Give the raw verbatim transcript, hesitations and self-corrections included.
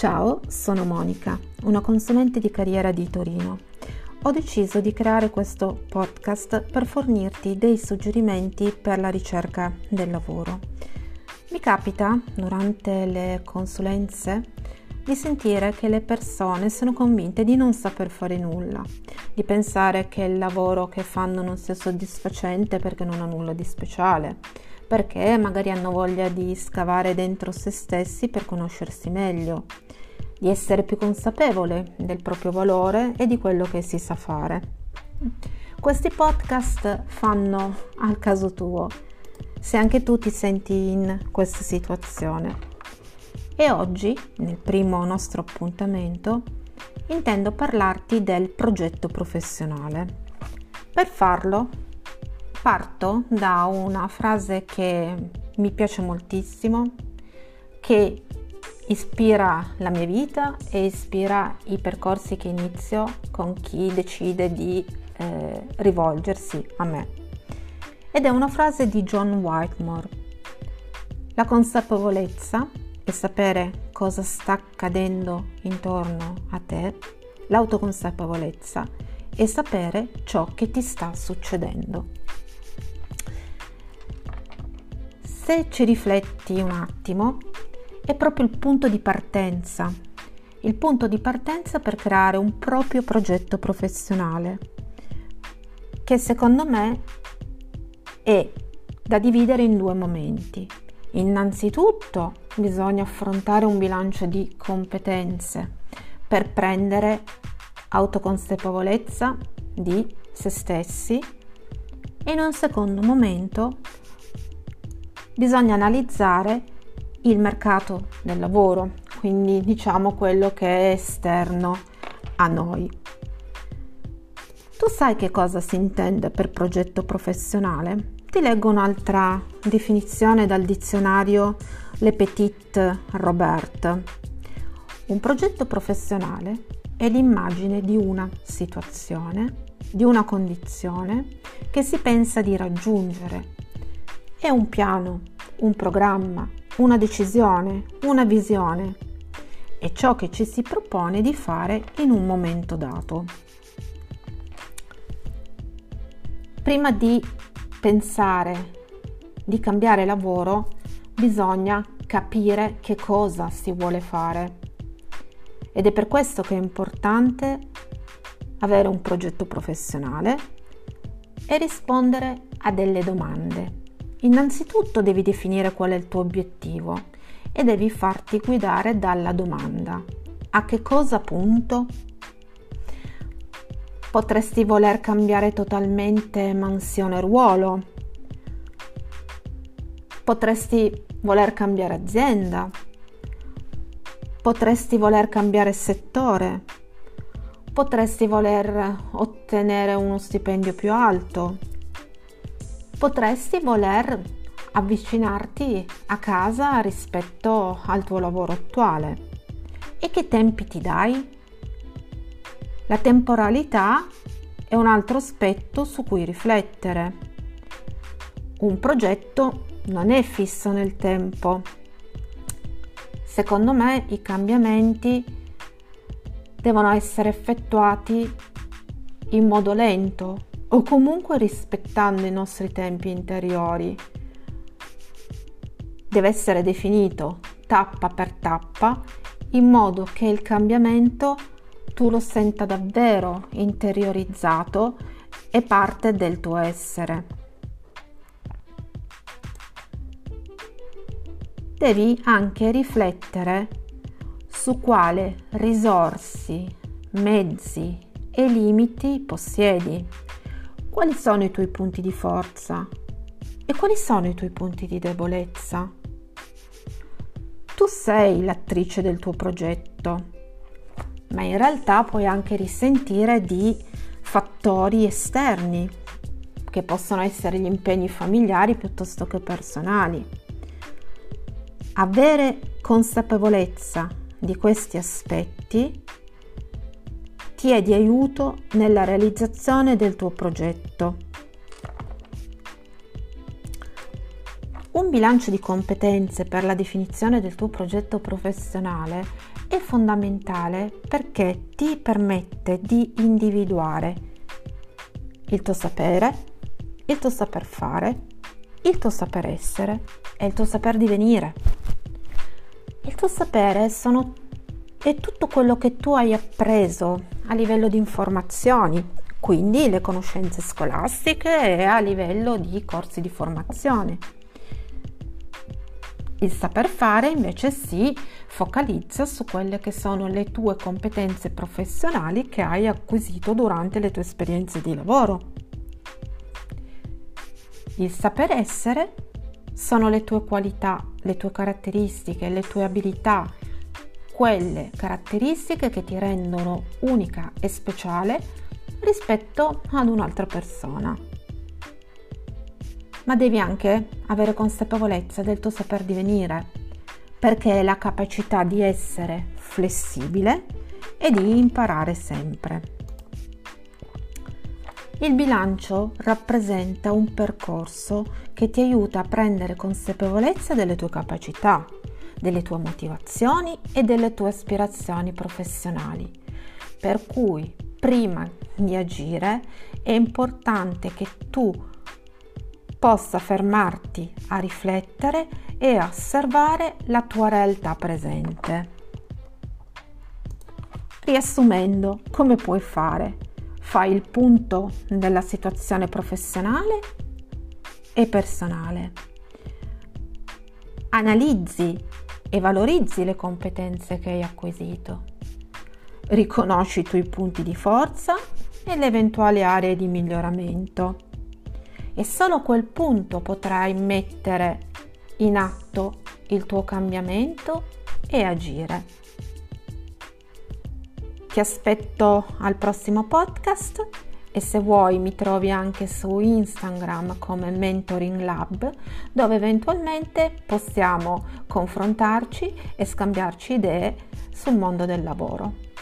Ciao, sono Monica, una consulente di carriera di Torino. Ho deciso di creare questo podcast per fornirti dei suggerimenti per la ricerca del lavoro. Mi capita, durante le consulenze, di sentire che le persone sono convinte di non saper fare nulla, di pensare che il lavoro che fanno non sia soddisfacente perché non ha nulla di speciale, perché magari hanno voglia di scavare dentro se stessi per conoscersi meglio, di essere più consapevole del proprio valore e di quello che si sa fare. Questi podcast fanno al caso tuo, se anche tu ti senti in questa situazione. E oggi, nel primo nostro appuntamento, intendo parlarti del progetto professionale. Per farlo, parto da una frase che mi piace moltissimo, che ispira la mia vita e ispira i percorsi che inizio con chi decide di eh, rivolgersi a me. Ed è una frase di John Whitmore. La consapevolezza e sapere cosa sta accadendo intorno a te, l'autoconsapevolezza e sapere ciò che ti sta succedendo. Se ci rifletti un attimo, è proprio il punto di partenza, il punto di partenza per creare un proprio progetto professionale, che secondo me è da dividere in due momenti. Innanzitutto bisogna affrontare un bilancio di competenze per prendere autoconsapevolezza di se stessi e in un secondo momento bisogna analizzare il mercato del lavoro, quindi diciamo quello che è esterno a noi. Tu sai che cosa si intende per progetto professionale? Ti leggo un'altra definizione dal dizionario Le Petit Robert. Un progetto professionale è l'immagine di una situazione, di una condizione che si pensa di raggiungere. È un piano, un programma, una decisione, una visione. È ciò che ci si propone di fare in un momento dato. Prima di pensare di cambiare lavoro, bisogna capire che cosa si vuole fare. Ed è per questo che è importante avere un progetto professionale e rispondere a delle domande. Innanzitutto devi definire qual è il tuo obiettivo e devi farti guidare dalla domanda: a che cosa punto? Potresti voler cambiare totalmente mansione e ruolo? Potresti voler cambiare azienda? Potresti voler cambiare settore? Potresti voler ottenere uno stipendio più alto? Potresti voler avvicinarti a casa rispetto al tuo lavoro attuale. E che tempi ti dai? La temporalità è un altro aspetto su cui riflettere. Un progetto non è fisso nel tempo. Secondo me i cambiamenti devono essere effettuati in modo lento o comunque rispettando i nostri tempi interiori. Deve essere definito tappa per tappa in modo che il cambiamento tu lo senta davvero interiorizzato e parte del tuo essere. Devi anche riflettere su quale risorse, mezzi e limiti possiedi. Quali sono i tuoi punti di forza e quali sono i tuoi punti di debolezza? Tu sei l'attrice del tuo progetto, ma in realtà puoi anche risentire di fattori esterni, che possono essere gli impegni familiari piuttosto che personali. Avere consapevolezza di questi aspetti ti è di aiuto nella realizzazione del tuo progetto. Un bilancio di competenze per la definizione del tuo progetto professionale è fondamentale perché ti permette di individuare il tuo sapere, il tuo saper fare, il tuo saper essere e il tuo saper divenire. Il tuo sapere sono, è tutto quello che tu hai appreso a livello di informazioni, quindi le conoscenze scolastiche e a livello di corsi di formazione. Il saper fare invece si focalizza su quelle che sono le tue competenze professionali che hai acquisito durante le tue esperienze di lavoro. Il saper essere sono le tue qualità, le tue caratteristiche, le tue abilità, quelle caratteristiche che ti rendono unica e speciale rispetto ad un'altra persona. Ma devi anche avere consapevolezza del tuo saper divenire, perché è la capacità di essere flessibile e di imparare sempre. Il bilancio rappresenta un percorso che ti aiuta a prendere consapevolezza delle tue capacità, delle tue motivazioni e delle tue aspirazioni professionali. Per cui, prima di agire, è importante che tu possa fermarti a riflettere e a osservare la tua realtà presente. Riassumendo, come puoi fare? Fai il punto della situazione professionale e personale. Analizzi e valorizzi le competenze che hai acquisito. Riconosci i tuoi punti di forza e le eventuali aree di miglioramento. E solo a quel punto potrai mettere in atto il tuo cambiamento e agire. Ti aspetto al prossimo podcast e se vuoi mi trovi anche su Instagram come Mentoring Lab, dove eventualmente possiamo confrontarci e scambiarci idee sul mondo del lavoro.